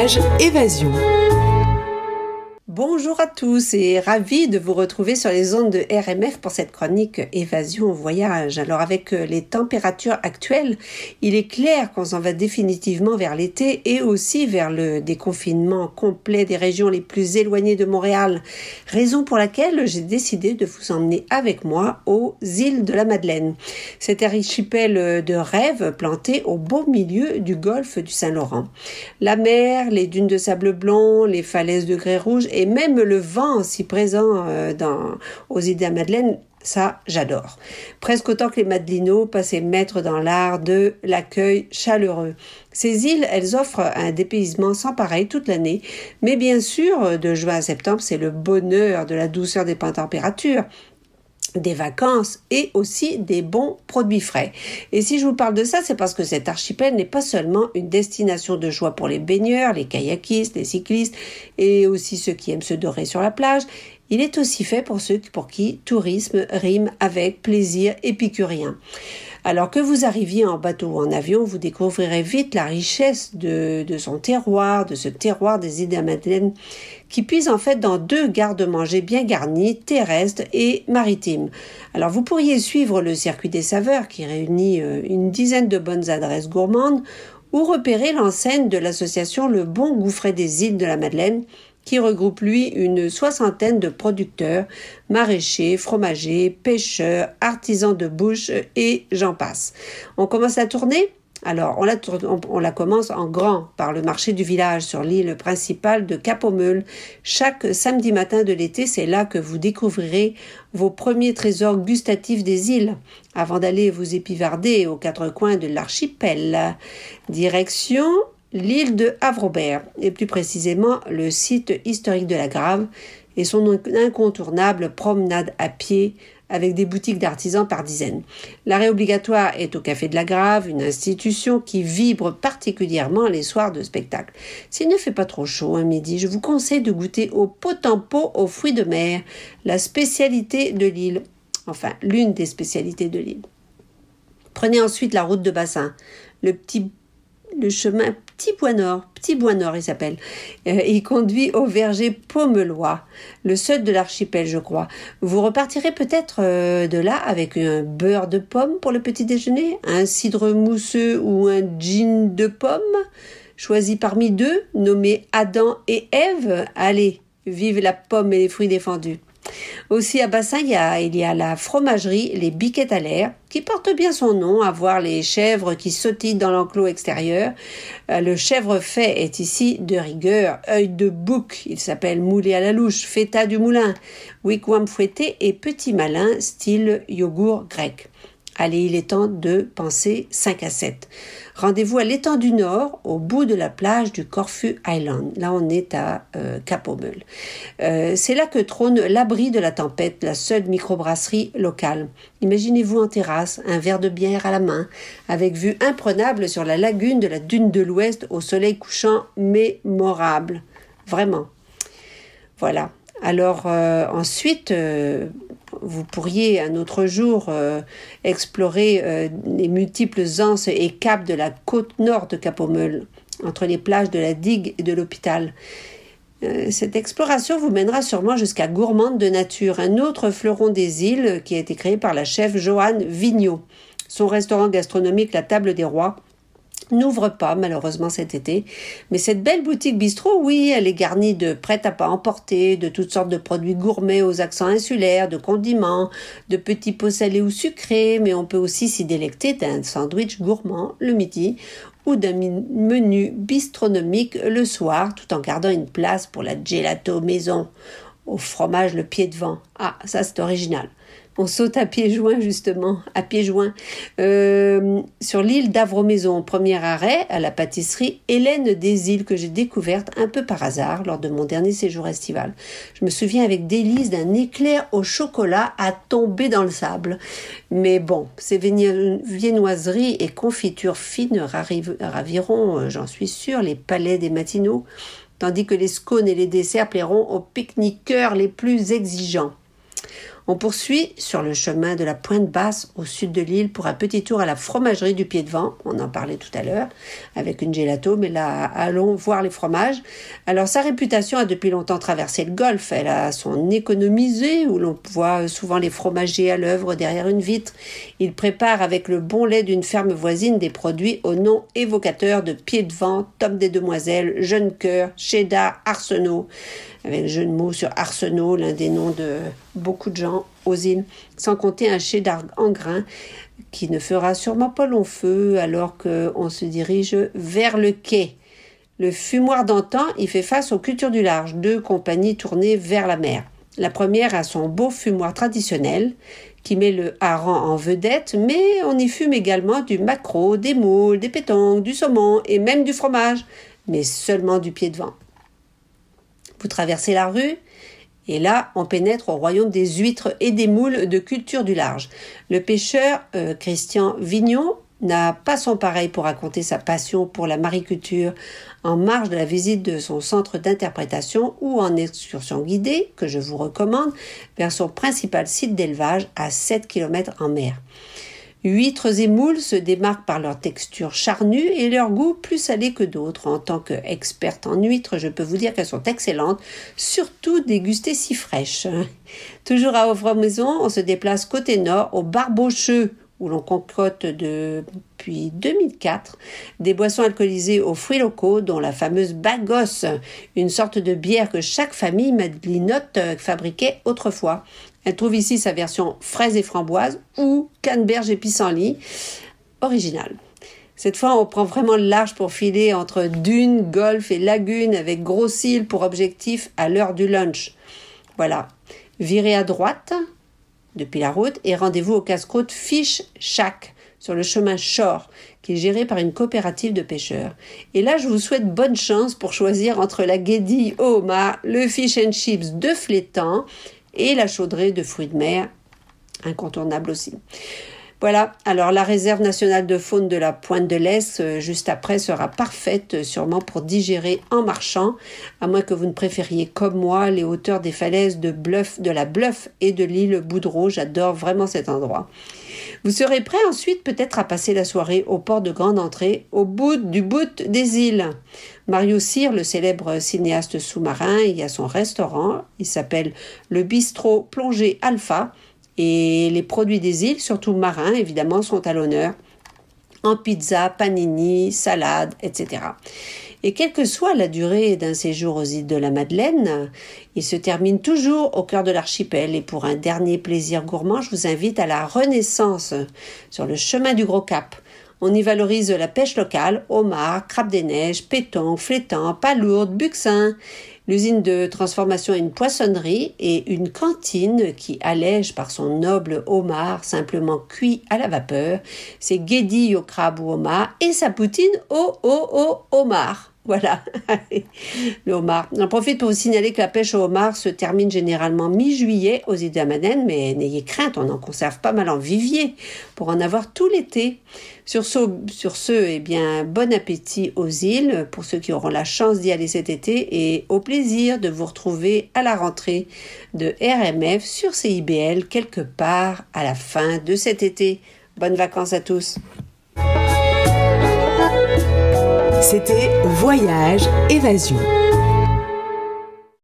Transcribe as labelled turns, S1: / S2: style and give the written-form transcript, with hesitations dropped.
S1: Voyage Évasion.
S2: Bonjour à tous et ravi de vous retrouver sur les ondes de RMF pour cette chronique Évasion Voyage. Alors avec les températures actuelles, il est clair qu'on s'en va définitivement vers l'été et aussi vers le déconfinement complet des régions les plus éloignées de Montréal. Raison pour laquelle j'ai décidé de vous emmener avec moi aux îles de la Madeleine. Cet archipel de rêve planté au beau milieu du golfe du Saint-Laurent. La mer, les dunes de sable blond, les falaises de grès rouge et même le vent si présent aux îles de la Madeleine, ça j'adore. Presque autant que les Madelinots, passés maîtres dans l'art de l'accueil chaleureux. Ces îles, elles offrent un dépaysement sans pareil toute l'année, mais bien sûr, de juin à septembre, c'est le bonheur de la douceur des températures, des vacances et aussi des bons produits frais. Et si je vous parle de ça, c'est parce que cet archipel n'est pas seulement une destination de joie pour les baigneurs, les kayakistes, les cyclistes et aussi ceux qui aiment se dorer sur la plage. Il est aussi fait pour ceux pour qui tourisme rime avec plaisir épicurien. Alors que vous arriviez en bateau ou en avion, vous découvrirez vite la richesse de son terroir, de ce terroir des îles de la Madeleine, qui puise en fait dans 2 garde-manger bien garnis, terrestres et maritimes. Alors vous pourriez suivre le circuit des saveurs qui réunit une dizaine de bonnes adresses gourmandes ou repérer l'enseigne de l'association Le Bon Gouffret des îles de la Madeleine, qui regroupe lui une 60aine de producteurs, maraîchers, fromagers, pêcheurs, artisans de bouche et j'en passe. On commence la tournée ? Alors, on la commence en grand par le marché du village sur l'île principale de Cap-aux-Meules. Chaque samedi matin de l'été, c'est là que vous découvrirez vos premiers trésors gustatifs des îles, avant d'aller vous épivarder aux 4 coins de l'archipel. Direction l'île de Havre-Aubert, et plus précisément le site historique de la Grave et son incontournable promenade à pied avec des boutiques d'artisans par dizaines. L'arrêt obligatoire est au Café de la Grave, une institution qui vibre particulièrement les soirs de spectacle. S'il ne fait pas trop chaud un midi, je vous conseille de goûter au pot-en-pot aux fruits de mer, la spécialité de l'île, enfin l'une des spécialités de l'île. Prenez ensuite la route de bassin, le chemin Petit Bois Nord il s'appelle. Il conduit au verger Pomeloy, le seul de l'archipel je crois. Vous repartirez peut-être de là avec un beurre de pomme pour le petit déjeuner, un cidre mousseux ou un gin de pomme, choisi parmi 2, nommés Adam et Ève. Allez, vive la pomme et les fruits défendus. Aussi à Bassin, il y a la fromagerie Les Biquettes à l'air, qui porte bien son nom, à voir les chèvres qui sautillent dans l'enclos extérieur. Le chèvre fait est ici de rigueur, œil de bouc, il s'appelle moulé à la louche, feta du moulin, wigwam fouetté et petit malin, style yogourt grec. Allez, il est temps de penser 5 à 7. Rendez-vous à l'étang du Nord, au bout de la plage du Corfu Island. Là, on est à Cap-aux-Meules. C'est là que trône l'abri de la tempête, la seule microbrasserie locale. Imaginez-vous en terrasse, un verre de bière à la main, avec vue imprenable sur la lagune de la dune de l'Ouest au soleil couchant mémorable. Vraiment. Voilà. Alors ensuite, vous pourriez un autre jour explorer les multiples anses et caps de la côte nord de Cap-aux-Meules, entre les plages de la digue et de l'hôpital. Cette exploration vous mènera sûrement jusqu'à Gourmande de Nature, un autre fleuron des îles qui a été créé par la chef Joanne Vigneault. Son restaurant gastronomique La Table des Rois n'ouvre pas malheureusement cet été, mais cette belle boutique bistrot, oui, elle est garnie de prêt-à-emporter, de toutes sortes de produits gourmets aux accents insulaires, de condiments, de petits pots salés ou sucrés, mais on peut aussi s'y délecter d'un sandwich gourmand le midi ou d'un menu bistronomique le soir, tout en gardant une place pour la gelato maison, au fromage le pied de vent. Ah, ça c'est original. On saute à pieds joints justement, sur l'île d'Havre-Maison. Premier arrêt à la pâtisserie Hélène des Îles que j'ai découverte un peu par hasard lors de mon dernier séjour estival. Je me souviens avec délice d'un éclair au chocolat à tomber dans le sable. Mais bon, ces viennoiseries et confitures fines raviront, j'en suis sûre, les palais des matinaux, tandis que les scones et les desserts plairont aux pique-niqueurs les plus exigeants. On poursuit sur le chemin de la Pointe Basse au sud de l'île pour un petit tour à la fromagerie du Pied-de-Vent. On en parlait tout à l'heure avec une gelato, mais là, allons voir les fromages. Alors, sa réputation a depuis longtemps traversé le golfe. Elle a son économisé où l'on voit souvent les fromagers à l'œuvre derrière une vitre. Ils préparent avec le bon lait d'une ferme voisine des produits au nom évocateur de Pied-de-Vent, Top des Demoiselles, Jeune Cœur, Cheddar, Arsenault. Avec le jeu de mots sur Arsenault, l'un des noms de beaucoup de gens aux îles, sans compter un cheddar en grains qui ne fera sûrement pas long feu alors qu'on se dirige vers le quai. Le fumoir d'antan, il fait face aux cultures du large, deux compagnies tournées vers la mer. La première a son beau fumoir traditionnel qui met le hareng en vedette, mais on y fume également du maquereau, des moules, des pétanques, du saumon et même du fromage, mais seulement du Pied-de-Vent. Vous traversez la rue et là, on pénètre au royaume des huîtres et des moules de culture du large. Le pêcheur Christian Vignon n'a pas son pareil pour raconter sa passion pour la mariculture en marge de la visite de son centre d'interprétation ou en excursion guidée, que je vous recommande, vers son principal site d'élevage à 7 km en mer. Huîtres et moules se démarquent par leur texture charnue et leur goût plus salé que d'autres. En tant qu'experte en huîtres, je peux vous dire qu'elles sont excellentes, surtout dégustées si fraîches. Toujours à Offre-Maison, on se déplace côté nord, au Barbocheux, où l'on concocte depuis 2004 des boissons alcoolisées aux fruits locaux, dont la fameuse Bagos, une sorte de bière que chaque famille madlinote fabriquait autrefois. Elle trouve ici sa version fraise et framboise ou canneberge et pissenlit, originale. Cette fois, on prend vraiment le large pour filer entre dunes, golfe et lagunes avec Grosse Île pour objectif à l'heure du lunch. Voilà, virez à droite depuis la route et rendez-vous au casse-croûte Fish Shack sur le chemin Shore qui est géré par une coopérative de pêcheurs. Et là, je vous souhaite bonne chance pour choisir entre la guédille au homard, le fish and chips de Flétan et la chaudrée de fruits de mer, incontournable aussi. Voilà, alors la réserve nationale de faune de la Pointe de l'Est, juste après, sera parfaite sûrement pour digérer en marchant, à moins que vous ne préfériez comme moi les hauteurs des falaises de la Bluff et de l'île Boudreau. J'adore vraiment cet endroit. Vous serez prêt ensuite peut-être à passer la soirée au port de Grande Entrée, au bout des îles. Mario Cyr, le célèbre cinéaste sous-marin, il y a son restaurant, il s'appelle le Bistrot Plongée Alpha, et les produits des îles, surtout marins évidemment, sont à l'honneur, en pizza, panini, salade, etc. Et quelle que soit la durée d'un séjour aux îles de la Madeleine, il se termine toujours au cœur de l'archipel. Et pour un dernier plaisir gourmand, je vous invite à la Renaissance, sur le chemin du Gros Cap. On y valorise la pêche locale, homard, crabe des neiges, pétanque, flétan, palourde, buxin. L'usine de transformation est une poissonnerie et une cantine qui allège par son noble homard simplement cuit à la vapeur, ses guédilles au crabe ou homard et sa poutine au homard. Voilà, le homard. J'en profite pour vous signaler que la pêche au homard se termine généralement mi-juillet aux îles de la Madeleine, mais n'ayez crainte, on en conserve pas mal en vivier pour en avoir tout l'été. Sur ce, eh bien, bon appétit aux îles pour ceux qui auront la chance d'y aller cet été et au plaisir de vous retrouver à la rentrée de RMF sur CIBL quelque part à la fin de cet été. Bonnes vacances à tous.
S1: C'était Voyage Évasion.